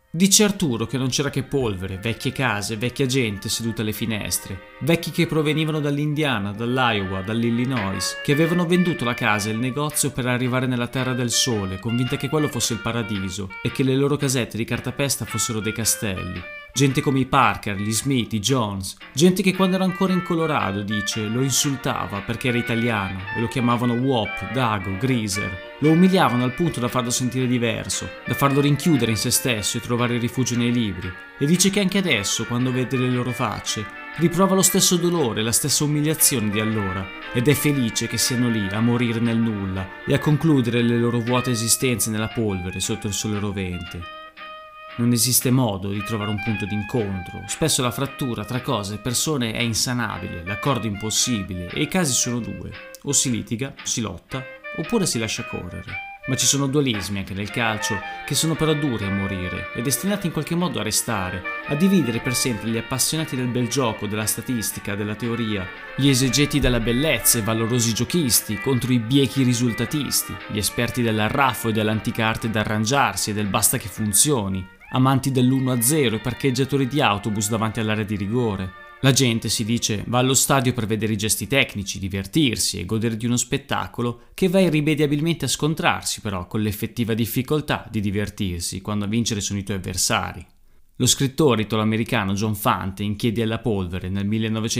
Dice Arturo che non c'era che polvere, vecchie case, vecchia gente seduta alle finestre, vecchi che provenivano dall'Indiana, dall'Iowa, dall'Illinois, che avevano venduto la casa e il negozio per arrivare nella terra del sole, convinte che quello fosse il paradiso e che le loro casette di cartapesta fossero dei castelli. Gente come i Parker, gli Smith, i Jones, gente che quando era ancora in Colorado, dice, lo insultava perché era italiano e lo chiamavano Wop, Dago, Greaser. Lo umiliavano al punto da farlo sentire diverso, da farlo rinchiudere in se stesso e trovare rifugio nei libri. E dice che anche adesso, quando vede le loro facce, riprova lo stesso dolore, la stessa umiliazione di allora, ed è felice che siano lì a morire nel nulla e a concludere le loro vuote esistenze nella polvere sotto il sole rovente. Non esiste modo di trovare un punto d'incontro, spesso la frattura tra cose e persone è insanabile, l'accordo impossibile e i casi sono due, o si litiga, si lotta, oppure si lascia correre. Ma ci sono dualismi anche nel calcio che sono però duri a morire e destinati in qualche modo a restare, a dividere per sempre gli appassionati del bel gioco, della statistica, della teoria, gli esegeti della bellezza e valorosi giochisti contro i biechi risultatisti, gli esperti dell'arraffo e dell'antica arte d'arrangiarsi e del basta che funzioni, amanti dell'1-0 e parcheggiatori di autobus davanti all'area di rigore. La gente, si dice, va allo stadio per vedere i gesti tecnici, divertirsi e godere di uno spettacolo che va irrimediabilmente a scontrarsi però con l'effettiva difficoltà di divertirsi quando a vincere sono i tuoi avversari. Lo scrittore italo-americano John Fante, in Chiedi alla polvere, nel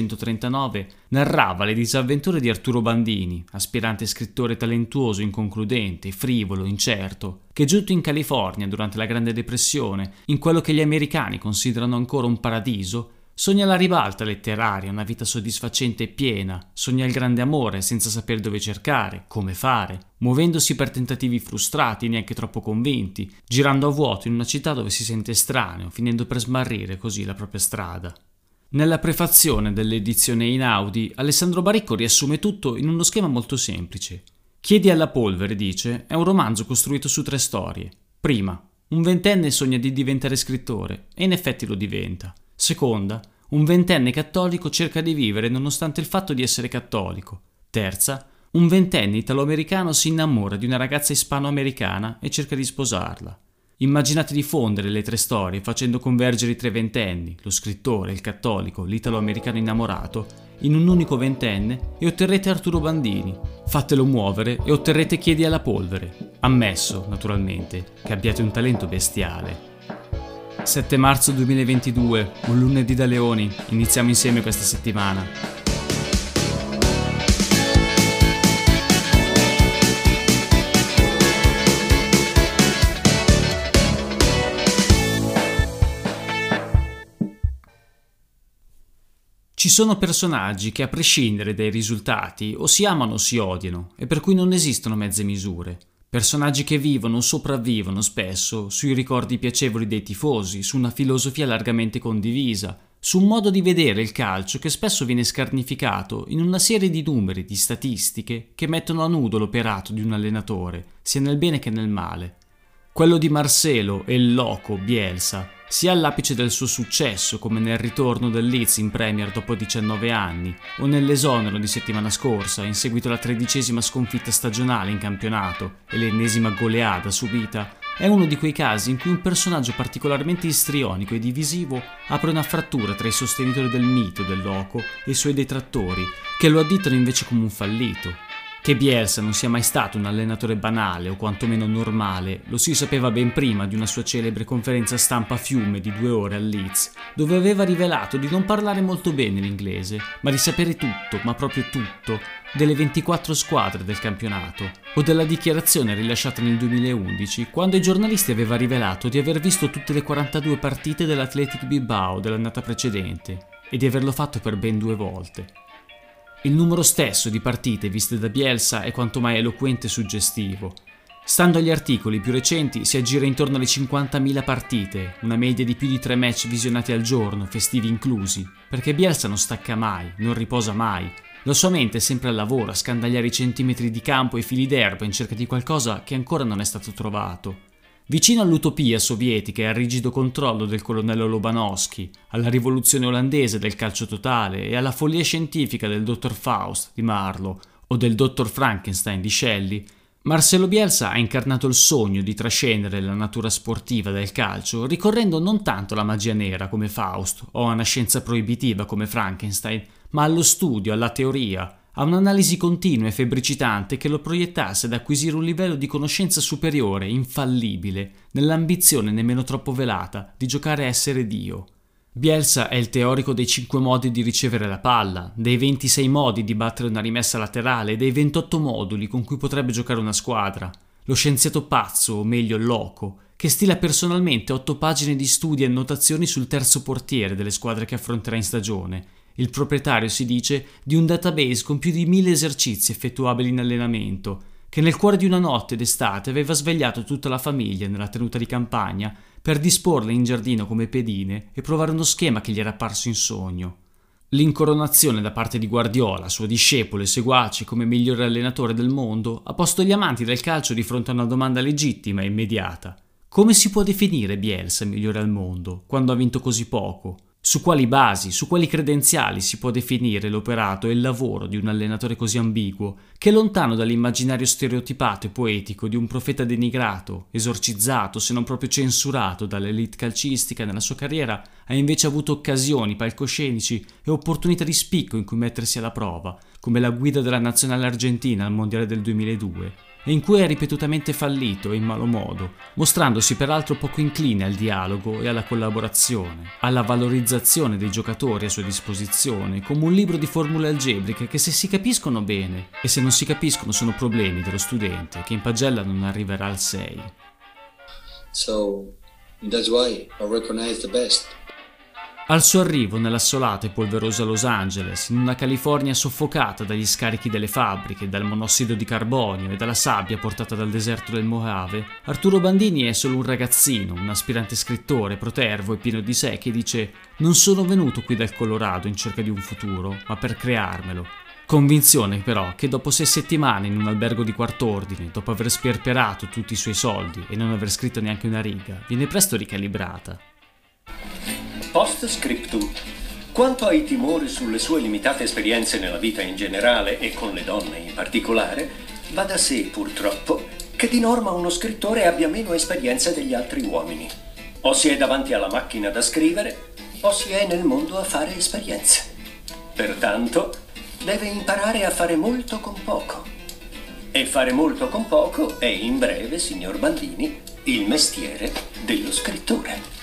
1939, narrava le disavventure di Arturo Bandini, aspirante scrittore talentuoso, inconcludente, frivolo, incerto, che giunto in California durante la Grande Depressione, in quello che gli americani considerano ancora un paradiso, sogna la ribalta letteraria, una vita soddisfacente e piena, sogna il grande amore senza sapere dove cercare, come fare, muovendosi per tentativi frustrati, neanche troppo convinti, girando a vuoto in una città dove si sente estraneo, finendo per smarrire così la propria strada. Nella prefazione dell'edizione Einaudi, Alessandro Baricco riassume tutto in uno schema molto semplice. Chiedi alla polvere, dice, è un romanzo costruito su 3 storie. Prima, un ventenne sogna di diventare scrittore, e in effetti lo diventa. Seconda, un ventenne cattolico cerca di vivere nonostante il fatto di essere cattolico. Terza, un ventenne italo-americano si innamora di una ragazza ispano-americana e cerca di sposarla. Immaginate di fondere le 3 storie facendo convergere i 3 ventenni, lo scrittore, il cattolico, l'italo-americano innamorato, in un unico ventenne e otterrete Arturo Bandini. Fatelo muovere e otterrete Chiedi alla polvere. Ammesso, naturalmente, che abbiate un talento bestiale. 7 marzo 2022, un lunedì da leoni, iniziamo insieme questa settimana. Ci sono personaggi che a prescindere dai risultati o si amano o si odiano e per cui non esistono mezze misure. Personaggi che vivono o sopravvivono spesso sui ricordi piacevoli dei tifosi, su una filosofia largamente condivisa, su un modo di vedere il calcio che spesso viene scarnificato in una serie di numeri, di statistiche che mettono a nudo l'operato di un allenatore, sia nel bene che nel male. Quello di Marcelo e il loco Bielsa, sia all'apice del suo successo come nel ritorno del Leeds in Premier dopo 19 anni o nell'esonero di settimana scorsa in seguito alla 13ª sconfitta stagionale in campionato e l'ennesima goleada subita, è uno di quei casi in cui un personaggio particolarmente istrionico e divisivo apre una frattura tra i sostenitori del mito del loco e i suoi detrattori che lo additano invece come un fallito. Che Bielsa non sia mai stato un allenatore banale o quantomeno normale lo si sapeva ben prima di una sua celebre conferenza stampa a fiume di 2 ore al Leeds, dove aveva rivelato di non parlare molto bene l'inglese, ma di sapere tutto, ma proprio tutto, delle 24 squadre del campionato, o della dichiarazione rilasciata nel 2011 quando ai giornalisti aveva rivelato di aver visto tutte le 42 partite dell'Athletic Bilbao dell'annata precedente e di averlo fatto per ben 2 volte. Il numero stesso di partite viste da Bielsa è quanto mai eloquente e suggestivo. Stando agli articoli più recenti si aggira intorno alle 50.000 partite, una media di più di 3 match visionati al giorno, festivi inclusi, perché Bielsa non stacca mai, non riposa mai. La sua mente è sempre al lavoro a scandagliare i centimetri di campo e i fili d'erba in cerca di qualcosa che ancora non è stato trovato. Vicino all'utopia sovietica e al rigido controllo del colonnello Lobanovsky, alla rivoluzione olandese del calcio totale e alla follia scientifica del dottor Faust di Marlowe o del dottor Frankenstein di Shelley, Marcelo Bielsa ha incarnato il sogno di trascendere la natura sportiva del calcio, ricorrendo non tanto alla magia nera come Faust o a una scienza proibitiva come Frankenstein, ma allo studio, alla teoria, a un'analisi continua e febbricitante che lo proiettasse ad acquisire un livello di conoscenza superiore, infallibile, nell'ambizione nemmeno troppo velata di giocare a essere Dio. Bielsa è il teorico dei 5 modi di ricevere la palla, dei 26 modi di battere una rimessa laterale e dei 28 moduli con cui potrebbe giocare una squadra. Lo scienziato pazzo, o meglio loco, che stila personalmente 8 pagine di studi e annotazioni sul terzo portiere delle squadre che affronterà in stagione. Il proprietario, si dice, di un database con più di 1000 esercizi effettuabili in allenamento, che nel cuore di una notte d'estate aveva svegliato tutta la famiglia nella tenuta di campagna per disporle in giardino come pedine e provare uno schema che gli era apparso in sogno. L'incoronazione da parte di Guardiola, suo discepolo e seguace come migliore allenatore del mondo, ha posto gli amanti del calcio di fronte a una domanda legittima e immediata. Come si può definire Bielsa migliore al mondo, quando ha vinto così poco? Su quali basi, su quali credenziali si può definire l'operato e il lavoro di un allenatore così ambiguo, che lontano dall'immaginario stereotipato e poetico di un profeta denigrato, esorcizzato, se non proprio censurato dall'elite calcistica nella sua carriera, ha invece avuto occasioni, palcoscenici e opportunità di spicco in cui mettersi alla prova, come la guida della nazionale argentina al mondiale del 2002, e in cui ha ripetutamente fallito e in malo modo, mostrandosi peraltro poco incline al dialogo e alla collaborazione, alla valorizzazione dei giocatori a sua disposizione, come un libro di formule algebriche che se si capiscono bene e se non si capiscono sono problemi dello studente che in pagella non arriverà al 6. So that's why I recognize the best. Al suo arrivo nell'assolata e polverosa Los Angeles, in una California soffocata dagli scarichi delle fabbriche, dal monossido di carbonio e dalla sabbia portata dal deserto del Mojave, Arturo Bandini è solo un ragazzino, un aspirante scrittore, protervo e pieno di sé, che dice: «Non sono venuto qui dal Colorado in cerca di un futuro, ma per crearmelo». Convinzione però che dopo 6 settimane in un albergo di quart'ordine, dopo aver sperperato tutti i suoi soldi e non aver scritto neanche una riga, viene presto ricalibrata. Post scriptum. Quanto ai timori sulle sue limitate esperienze nella vita in generale e con le donne in particolare, va da sé purtroppo che di norma uno scrittore abbia meno esperienze degli altri uomini. O si è davanti alla macchina da scrivere, o si è nel mondo a fare esperienze. Pertanto deve imparare a fare molto con poco. E fare molto con poco è in breve, signor Bandini, il mestiere dello scrittore.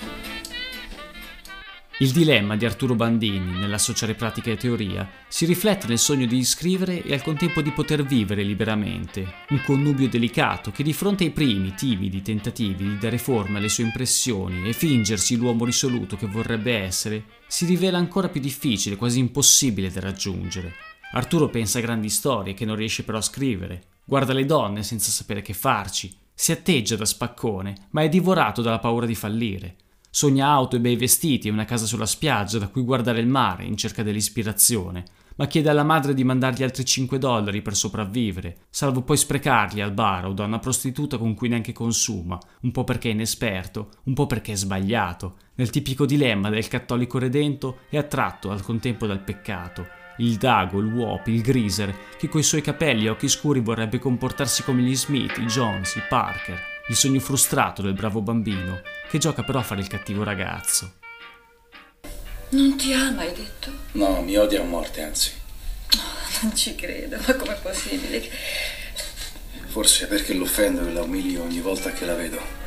Il dilemma di Arturo Bandini nell'associare pratica e teoria si riflette nel sogno di scrivere e al contempo di poter vivere liberamente, un connubio delicato che di fronte ai primi timidi tentativi di dare forma alle sue impressioni e fingersi l'uomo risoluto che vorrebbe essere, si rivela ancora più difficile, quasi impossibile da raggiungere. Arturo pensa a grandi storie che non riesce però a scrivere, guarda le donne senza sapere che farci, si atteggia da spaccone, ma è divorato dalla paura di fallire. Sogna auto e bei vestiti e una casa sulla spiaggia da cui guardare il mare in cerca dell'ispirazione, ma chiede alla madre di mandargli altri $5 per sopravvivere, salvo poi sprecarli al bar o da una prostituta con cui neanche consuma, un po' perché è inesperto, un po' perché è sbagliato, nel tipico dilemma del cattolico redento e attratto al contempo dal peccato. Il Dago, il Wop, il Greaser, che coi suoi capelli e occhi scuri vorrebbe comportarsi come gli Smith, i Jones, i Parker. Il sogno frustrato del bravo bambino, che gioca però a fare il cattivo ragazzo. Non ti ama, hai detto? No, mi odia a morte, anzi. Oh, non ci credo, ma com'è possibile? Forse perché l'offendo e la umilio ogni volta che la vedo.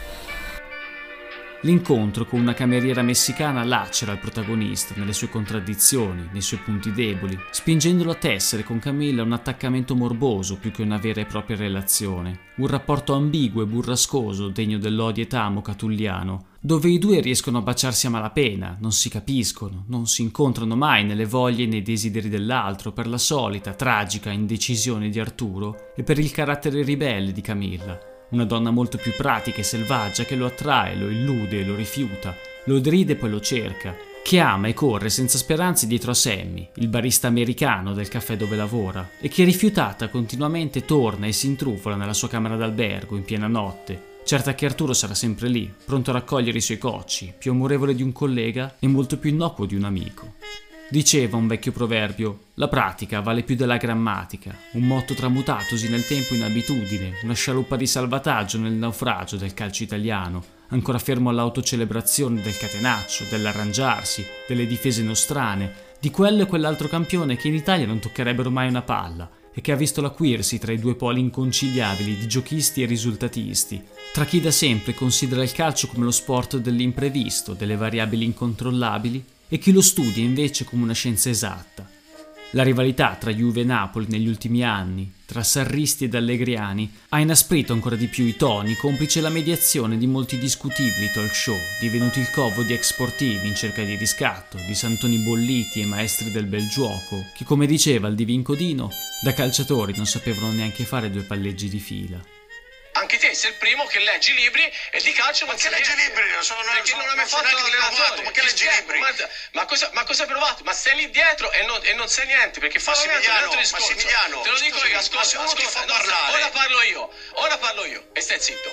L'incontro con una cameriera messicana lacera il protagonista nelle sue contraddizioni, nei suoi punti deboli, spingendolo a tessere con Camilla un attaccamento morboso più che una vera e propria relazione, un rapporto ambiguo e burrascoso degno dell'odio et amo catulliano, dove i due riescono a baciarsi a malapena, non si capiscono, non si incontrano mai nelle voglie e nei desideri dell'altro per la solita, tragica indecisione di Arturo e per il carattere ribelle di Camilla. Una donna molto più pratica e selvaggia che lo attrae, lo illude e lo rifiuta, lo deride e poi lo cerca, che ama e corre senza speranze dietro a Sammy, il barista americano del caffè dove lavora, e che rifiutata continuamente torna e si intrufola nella sua camera d'albergo in piena notte, certa che Arturo sarà sempre lì, pronto a raccogliere i suoi cocci, più amorevole di un collega e molto più innocuo di un amico. Diceva un vecchio proverbio: la pratica vale più della grammatica, un motto tramutatosi nel tempo in abitudine, una scialuppa di salvataggio nel naufragio del calcio italiano, ancora fermo all'autocelebrazione del catenaccio, dell'arrangiarsi, delle difese nostrane, di quello e quell'altro campione che in Italia non toccherebbero mai una palla e che ha visto l'acuirsi tra i due poli inconciliabili di giochisti e risultatisti, tra chi da sempre considera il calcio come lo sport dell'imprevisto, delle variabili incontrollabili, e chi lo studia invece come una scienza esatta. La rivalità tra Juve e Napoli negli ultimi anni, tra sarristi ed allegriani, ha inasprito ancora di più i toni, complice la mediazione di molti discutibili talk show, divenuti il covo di ex sportivi in cerca di riscatto, di santoni bolliti e maestri del bel gioco, che, come diceva il divin Codino, da calciatori non sapevano neanche fare 2 palleggi di fila. Anche te sei il primo che leggi libri e di calcio non che leggi libri? Perché non hai mai fatto l'allenatore. Ma che leggi libri? Ma cosa hai provato? Ma stai lì dietro e non sai niente, perché fa Massimiliano, te lo dico io, ascolta, ora parlo io e stai zitto.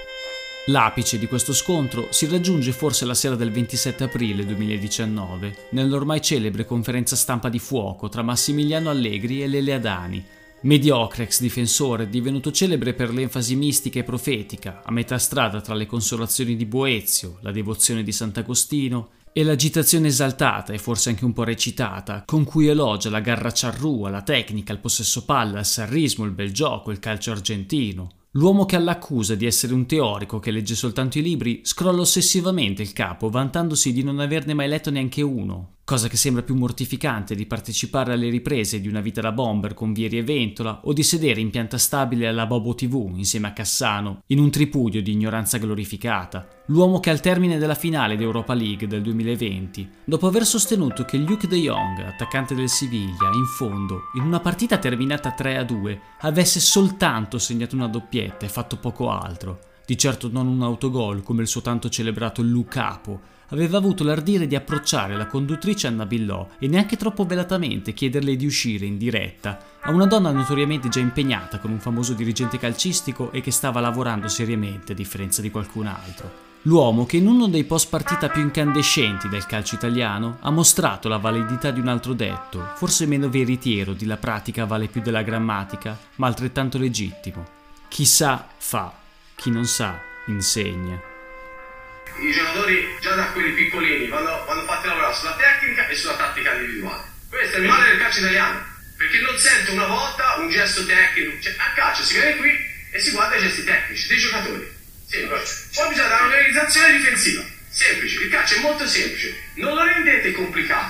L'apice di questo scontro si raggiunge forse la sera del 27 aprile 2019, nell'ormai celebre conferenza stampa di fuoco tra Massimiliano Allegri e Lele Adani, mediocre ex difensore divenuto celebre per l'enfasi mistica e profetica, a metà strada tra le consolazioni di Boezio, la devozione di Sant'Agostino e l'agitazione esaltata e forse anche un po' recitata, con cui elogia la garra charrua, la tecnica, il possesso palla, il sarrismo, il bel gioco, il calcio argentino. L'uomo che all'accusa di essere un teorico che legge soltanto i libri scrolla ossessivamente il capo, vantandosi di non averne mai letto neanche uno, cosa che sembra più mortificante di partecipare alle riprese di Una vita da bomber con Vieri e Ventola o di sedere in pianta stabile alla Bobo TV insieme a Cassano in un tripudio di ignoranza glorificata. L'uomo che al termine della finale d'Europa League del 2020, dopo aver sostenuto che Luc de Jong, attaccante del Siviglia, in fondo, in una partita terminata 3-2, avesse soltanto segnato una doppietta e fatto poco altro, di certo non un autogol come il suo tanto celebrato Lucapo, aveva avuto l'ardire di approcciare la conduttrice Anna Billò e neanche troppo velatamente chiederle di uscire in diretta a una donna notoriamente già impegnata con un famoso dirigente calcistico e che stava lavorando seriamente a differenza di qualcun altro. L'uomo che in uno dei post partita più incandescenti del calcio italiano ha mostrato la validità di un altro detto, forse meno veritiero di la pratica vale più della grammatica, ma altrettanto legittimo. Chi sa fa, chi non sa insegna. I giocatori già da quelli piccolini vanno fatti lavorare sulla tecnica e sulla tattica individuale. Questo è il male del calcio italiano, perché non sento una volta un gesto tecnico. Cioè, a calcio si viene qui e si guarda i gesti tecnici dei giocatori. Semplice. Poi bisogna dare un'organizzazione difensiva. Semplice, il calcio è molto semplice, non lo rendete complicato.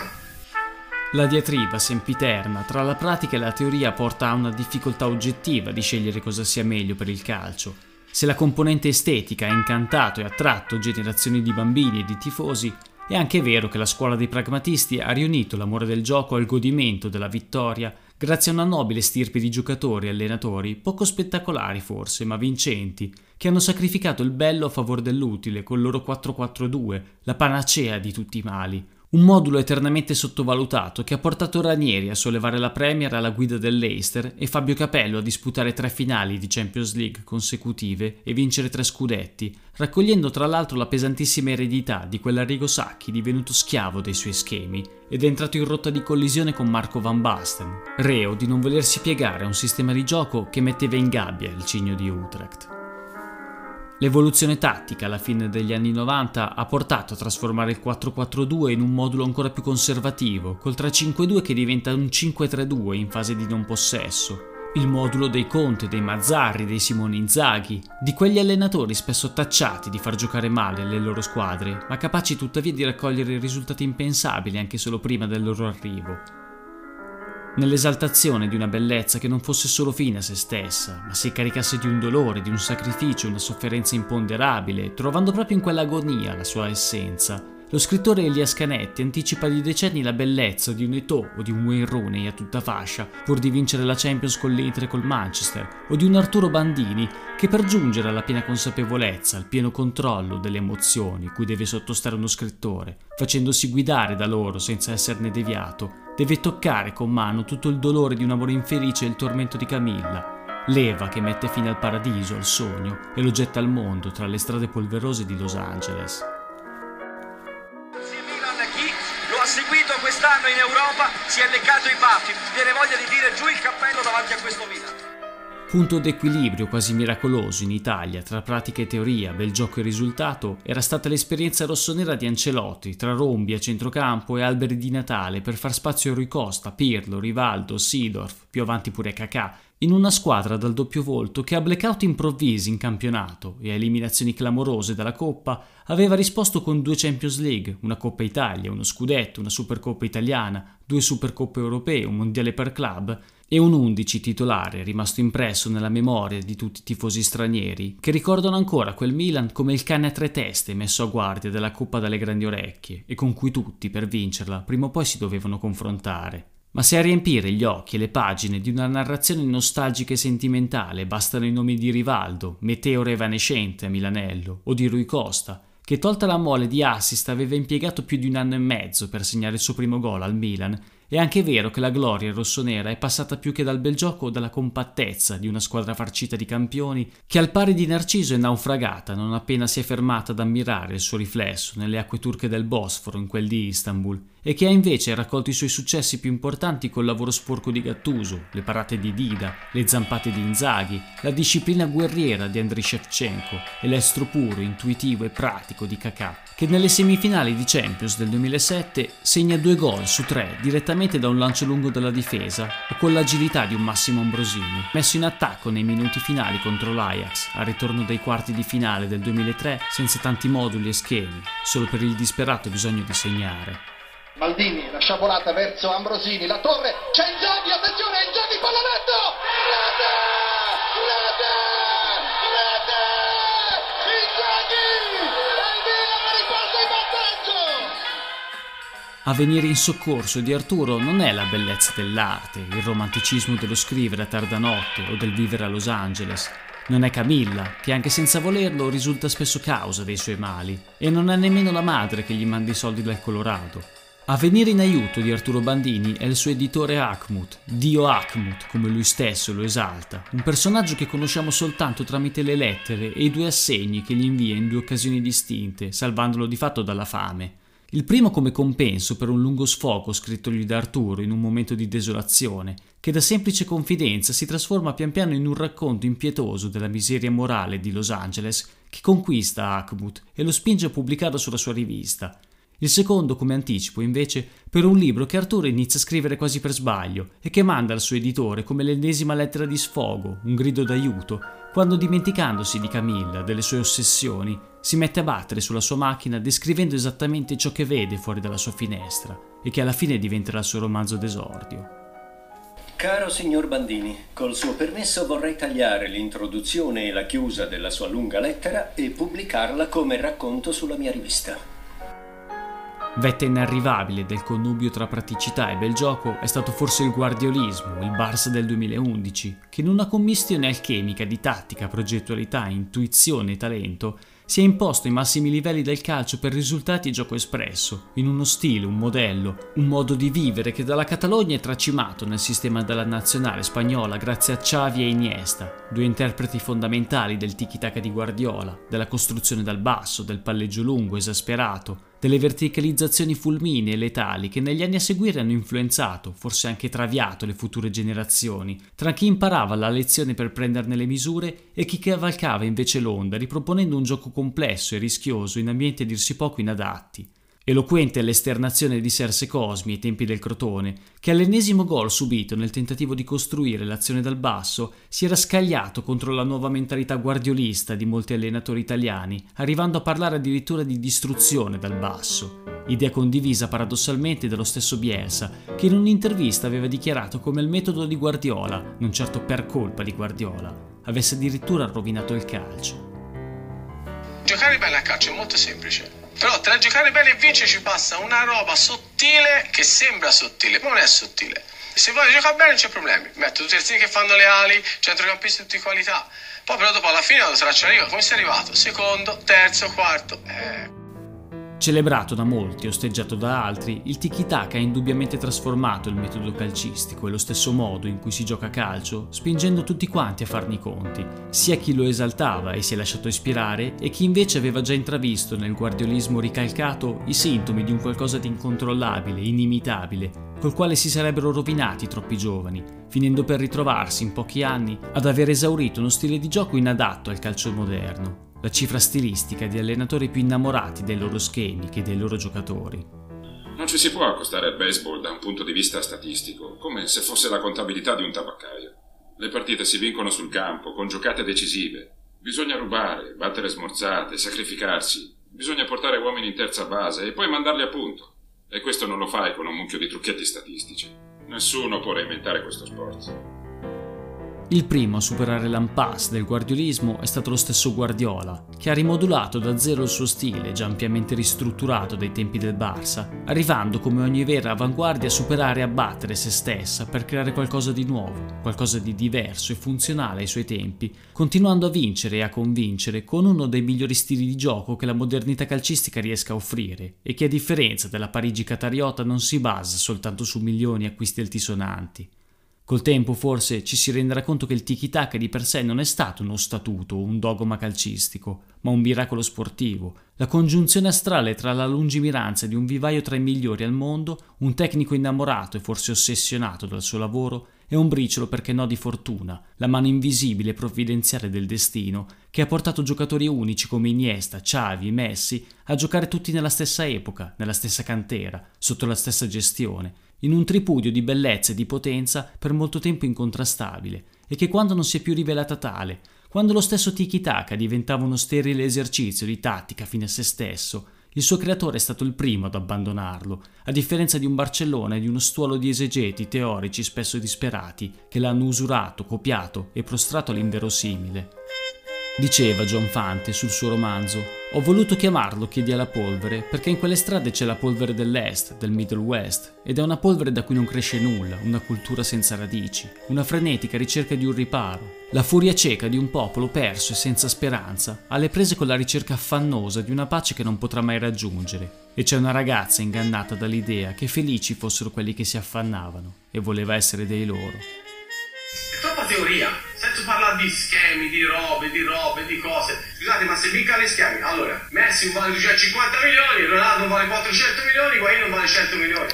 La diatriba sempiterna tra la pratica e la teoria porta a una difficoltà oggettiva di scegliere cosa sia meglio per il calcio. Se la componente estetica ha incantato e attratto generazioni di bambini e di tifosi, è anche vero che la scuola dei pragmatisti ha riunito l'amore del gioco al godimento della vittoria grazie a una nobile stirpe di giocatori e allenatori, poco spettacolari forse, ma vincenti, che hanno sacrificato il bello a favore dell'utile col loro 4-4-2, la panacea di tutti i mali. Un modulo eternamente sottovalutato che ha portato Ranieri a sollevare la Premier alla guida del Leicester e Fabio Capello a disputare 3 finali di Champions League consecutive e vincere 3 scudetti, raccogliendo tra l'altro la pesantissima eredità di quell'Arrigo Sacchi divenuto schiavo dei suoi schemi ed è entrato in rotta di collisione con Marco Van Basten, reo di non volersi piegare a un sistema di gioco che metteva in gabbia il Cigno di Utrecht. L'evoluzione tattica alla fine degli anni 90 ha portato a trasformare il 4-4-2 in un modulo ancora più conservativo, col 3-5-2 che diventa un 5-3-2 in fase di non possesso. Il modulo dei Conte, dei Mazzarri, dei Simone Inzaghi, di quegli allenatori spesso tacciati di far giocare male le loro squadre, ma capaci tuttavia di raccogliere risultati impensabili anche solo prima del loro arrivo. Nell'esaltazione di una bellezza che non fosse solo fine a se stessa, ma si caricasse di un dolore, di un sacrificio, una sofferenza imponderabile, trovando proprio in quell'agonia la sua essenza. Lo scrittore Elias Canetti anticipa di decenni la bellezza di un Eto'o o di un Wayne Rooney a tutta fascia, pur di vincere la Champions con l'Inter e col Manchester, o di un Arturo Bandini che per giungere alla piena consapevolezza, al pieno controllo delle emozioni cui deve sottostare uno scrittore, facendosi guidare da loro senza esserne deviato, deve toccare con mano tutto il dolore di un amore infelice e il tormento di Camilla, l'Eva che mette fine al paradiso, al sogno, e lo getta al mondo tra le strade polverose di Los Angeles. seguito quest'anno in Europa si è leccato i baffi, viene voglia di dire giù il cappello davanti a questo Milan. Punto d'equilibrio quasi miracoloso in Italia tra pratica e teoria, bel gioco e risultato era stata l'esperienza rossonera di Ancelotti tra rombi a centrocampo e alberi di Natale per far spazio a Rui Costa, Pirlo, Rivaldo, Seedorf, più avanti pure Kakà, in una squadra dal doppio volto che a blackout improvvisi in campionato e a eliminazioni clamorose dalla Coppa aveva risposto con 2 Champions League, una Coppa Italia, uno scudetto, una Supercoppa italiana, 2 Supercoppe europee, un mondiale per club e un 11 titolare rimasto impresso nella memoria di tutti i tifosi stranieri che ricordano ancora quel Milan come il cane a 3 teste messo a guardia della Coppa dalle grandi orecchie e con cui tutti, per vincerla, prima o poi si dovevano confrontare. Ma se a riempire gli occhi e le pagine di una narrazione nostalgica e sentimentale bastano i nomi di Rivaldo, meteoro evanescente a Milanello, o di Rui Costa, che tolta la mole di assist aveva impiegato più di 1 anno e mezzo per segnare il suo primo gol al Milan, è anche vero che la gloria rossonera è passata più che dal bel gioco o dalla compattezza di una squadra farcita di campioni che al pari di Narciso è naufragata non appena si è fermata ad ammirare il suo riflesso nelle acque turche del Bosforo in quel di Istanbul e che ha invece raccolto i suoi successi più importanti col lavoro sporco di Gattuso, le parate di Dida, le zampate di Inzaghi, la disciplina guerriera di Andriy Shevchenko e l'estro puro, intuitivo e pratico di Kakà, che nelle semifinali di Champions del 2007 segna 2 gol su 3 direttamente da un lancio lungo della difesa o con l'agilità di un Massimo Ambrosini, messo in attacco nei minuti finali contro l'Ajax, al ritorno dai quarti di finale del 2003 senza tanti moduli e schemi, solo per il disperato bisogno di segnare. Maldini, la sciabolata verso Ambrosini, la torre, c'è Inzaghi, attenzione, Inzaghi, pallavolo! Rete! Rete! Rete! Inzaghi! Il Milan riparte in vantaggio! A venire in soccorso di Arturo non è la bellezza dell'arte, il romanticismo dello scrivere a tarda notte o del vivere a Los Angeles. Non è Camilla, che anche senza volerlo risulta spesso causa dei suoi mali, e non è nemmeno la madre che gli manda i soldi dal Colorado. A venire in aiuto di Arturo Bandini è il suo editore Akhmut, Dio Akhmut, come lui stesso lo esalta, un personaggio che conosciamo soltanto tramite le lettere e i 2 assegni che gli invia in 2 occasioni distinte, salvandolo di fatto dalla fame. Il primo come compenso per un lungo sfogo scrittogli da Arturo in un momento di desolazione, che da semplice confidenza si trasforma pian piano in un racconto impietoso della miseria morale di Los Angeles che conquista Akhmut e lo spinge a pubblicarlo sulla sua rivista. Il secondo come anticipo, invece, per un libro che Arturo inizia a scrivere quasi per sbaglio e che manda al suo editore come l'ennesima lettera di sfogo, un grido d'aiuto, quando dimenticandosi di Camilla, delle sue ossessioni, si mette a battere sulla sua macchina descrivendo esattamente ciò che vede fuori dalla sua finestra e che alla fine diventerà il suo romanzo d'esordio. Caro signor Bandini, col suo permesso vorrei tagliare l'introduzione e la chiusa della sua lunga lettera e pubblicarla come racconto sulla mia rivista. Vetta inarrivabile del connubio tra praticità e bel gioco è stato forse il guardiolismo, il Barça del 2011, che in una commistione alchemica di tattica, progettualità, intuizione e talento si è imposto ai massimi livelli del calcio per risultati e gioco espresso, in uno stile, un modello, un modo di vivere che dalla Catalogna è tracimato nel sistema della nazionale spagnola grazie a Xavi e Iniesta, 2 interpreti fondamentali del tiki-taka di Guardiola, della costruzione dal basso, del palleggio lungo, esasperato, delle verticalizzazioni fulminee e letali che negli anni a seguire hanno influenzato, forse anche traviato le future generazioni, tra chi imparava la lezione per prenderne le misure e chi cavalcava invece l'onda, riproponendo un gioco complesso e rischioso in ambienti a dir si poco inadatti. Eloquente l'esternazione di Serse Cosmi ai tempi del Crotone, che all'ennesimo gol subito nel tentativo di costruire l'azione dal basso si era scagliato contro la nuova mentalità guardiolista di molti allenatori italiani, arrivando a parlare addirittura di distruzione dal basso. Idea condivisa paradossalmente dallo stesso Bielsa, che in un'intervista aveva dichiarato come il metodo di Guardiola, non certo per colpa di Guardiola, avesse addirittura rovinato il calcio. Giocare bene a calcio è molto semplice. Però tra giocare bene e vincere ci passa una roba sottile che sembra sottile, ma non è sottile. Se vuoi giocare bene non c'è problemi. Metto tutti i terzini che fanno le ali, centrocampisti di tutti qualità. Poi però dopo alla fine lo traccio io. Come sei arrivato? Secondo, terzo, quarto. Celebrato da molti, osteggiato da altri, il tiki-taka ha indubbiamente trasformato il metodo calcistico e lo stesso modo in cui si gioca a calcio, spingendo tutti quanti a farne i conti, sia chi lo esaltava e si è lasciato ispirare, e chi invece aveva già intravisto nel guardiolismo ricalcato i sintomi di un qualcosa di incontrollabile, inimitabile, col quale si sarebbero rovinati troppi giovani, finendo per ritrovarsi in pochi anni ad aver esaurito uno stile di gioco inadatto al calcio moderno. La cifra stilistica di allenatori più innamorati dei loro schemi che dei loro giocatori. Non ci si può accostare al baseball da un punto di vista statistico, come se fosse la contabilità di un tabaccaio. Le partite si vincono sul campo, con giocate decisive. Bisogna rubare, battere smorzate, sacrificarsi. Bisogna portare uomini in terza base e poi mandarli a punto. E questo non lo fai con un mucchio di trucchetti statistici. Nessuno può reinventare questo sport. Il primo a superare l'impasse del guardiolismo è stato lo stesso Guardiola, che ha rimodulato da zero il suo stile, già ampiamente ristrutturato dai tempi del Barça, arrivando come ogni vera avanguardia a superare e abbattere se stessa per creare qualcosa di nuovo, qualcosa di diverso e funzionale ai suoi tempi, continuando a vincere e a convincere con uno dei migliori stili di gioco che la modernità calcistica riesca a offrire e che, a differenza della Parigi qatariota, non si basa soltanto su milioni acquisti altisonanti. Col tempo forse ci si renderà conto che il tiki-taka di per sé non è stato uno statuto o un dogma calcistico, ma un miracolo sportivo, la congiunzione astrale tra la lungimiranza di un vivaio tra i migliori al mondo, un tecnico innamorato e forse ossessionato dal suo lavoro, e un briciolo, perché no, di fortuna, la mano invisibile e provvidenziale del destino, che ha portato giocatori unici come Iniesta, Xavi, Messi a giocare tutti nella stessa epoca, nella stessa cantera, sotto la stessa gestione, in un tripudio di bellezza e di potenza per molto tempo incontrastabile, e che quando non si è più rivelata tale, quando lo stesso tiki-taka diventava uno sterile esercizio di tattica fine a se stesso, il suo creatore è stato il primo ad abbandonarlo, a differenza di un Barcellona e di uno stuolo di esegeti teorici spesso disperati che l'hanno usurato, copiato e prostrato all'inverosimile. Diceva John Fante sul suo romanzo: «Ho voluto chiamarlo Chiedi alla polvere perché in quelle strade c'è la polvere dell'Est, del Middle West, ed è una polvere da cui non cresce nulla, una cultura senza radici, una frenetica ricerca di un riparo, la furia cieca di un popolo perso e senza speranza, alle prese con la ricerca affannosa di una pace che non potrà mai raggiungere. E c'è una ragazza ingannata dall'idea che felici fossero quelli che si affannavano, e voleva essere dei loro». È troppa teoria, senza parlare di schemi, di robe, di cose. Scusate, ma se mica le schemi, allora, Messi vale 250 milioni, Ronaldo vale 400 milioni, Higuaín vale 100 milioni.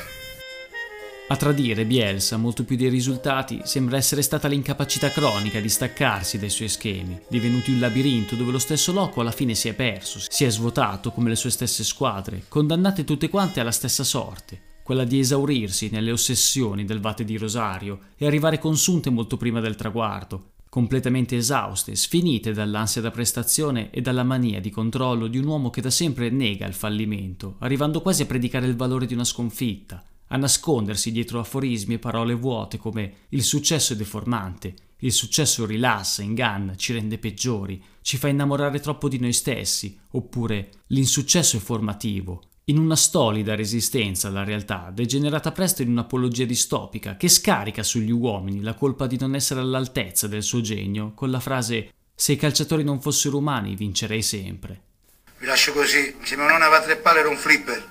A tradire Bielsa, molto più dei risultati, sembra essere stata l'incapacità cronica di staccarsi dai suoi schemi, divenuti un labirinto dove lo stesso loco alla fine si è perso, si è svuotato come le sue stesse squadre, condannate tutte quante alla stessa sorte, quella di esaurirsi nelle ossessioni del Vate di Rosario e arrivare consunte molto prima del traguardo, completamente esauste, sfinite dall'ansia da prestazione e dalla mania di controllo di un uomo che da sempre nega il fallimento, arrivando quasi a predicare il valore di una sconfitta, a nascondersi dietro aforismi e parole vuote come «il successo è deformante», «il successo rilassa, inganna, ci rende peggiori, ci fa innamorare troppo di noi stessi», oppure «l'insuccesso è formativo», in una stolida resistenza alla realtà, degenerata presto in un'apologia distopica che scarica sugli uomini la colpa di non essere all'altezza del suo genio con la frase «se i calciatori non fossero umani vincerei sempre». Vi lascio così, se non aveva tre palle era un flipper.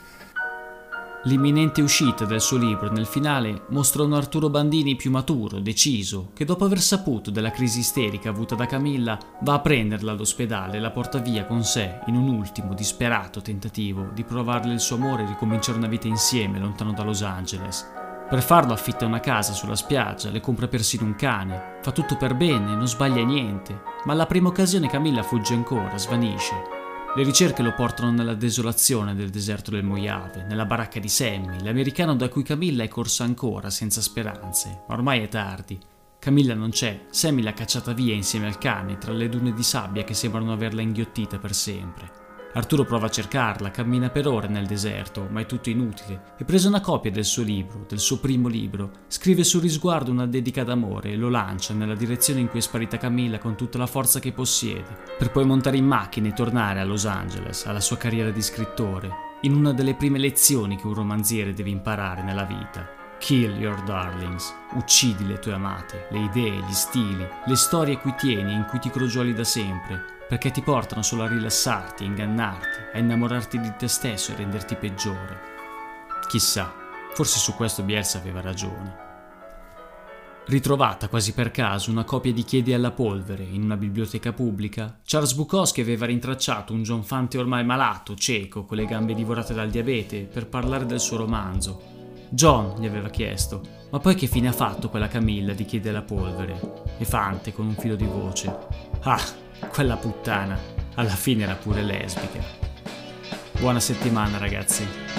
L'imminente uscita del suo libro nel finale mostra un Arturo Bandini più maturo, deciso, che dopo aver saputo della crisi isterica avuta da Camilla va a prenderla all'ospedale e la porta via con sé in un ultimo disperato tentativo di provarle il suo amore e ricominciare una vita insieme lontano da Los Angeles. Per farlo affitta una casa sulla spiaggia, le compra persino un cane, fa tutto per bene, non sbaglia niente, ma alla prima occasione Camilla fugge ancora, svanisce. Le ricerche lo portano nella desolazione del deserto del Mojave, nella baracca di Sammy, l'americano da cui Camilla è corsa ancora, senza speranze, ma ormai è tardi. Camilla non c'è, Sammy l'ha cacciata via insieme al cane, tra le dune di sabbia che sembrano averla inghiottita per sempre. Arturo prova a cercarla, cammina per ore nel deserto, ma è tutto inutile, e presa una copia del suo libro, del suo primo libro, scrive sul risguardo una dedica d'amore e lo lancia nella direzione in cui è sparita Camilla con tutta la forza che possiede, per poi montare in macchina e tornare a Los Angeles, alla sua carriera di scrittore, in una delle prime lezioni che un romanziere deve imparare nella vita, Kill your darlings. Uccidi le tue amate, le idee, gli stili, le storie a cui tieni e in cui ti crogioli da sempre, perché ti portano solo a rilassarti, a ingannarti, a innamorarti di te stesso e renderti peggiore. Chissà, forse su questo Bielsa aveva ragione. Ritrovata quasi per caso una copia di Chiedi alla polvere in una biblioteca pubblica, Charles Bukowski aveva rintracciato un John Fante ormai malato, cieco, con le gambe divorate dal diabete, per parlare del suo romanzo. John gli aveva chiesto: ma poi che fine ha fatto quella Camilla di Chiedi alla polvere? E Fante, con un filo di voce: ah, quella puttana, alla fine era pure lesbica. Buona settimana, ragazzi.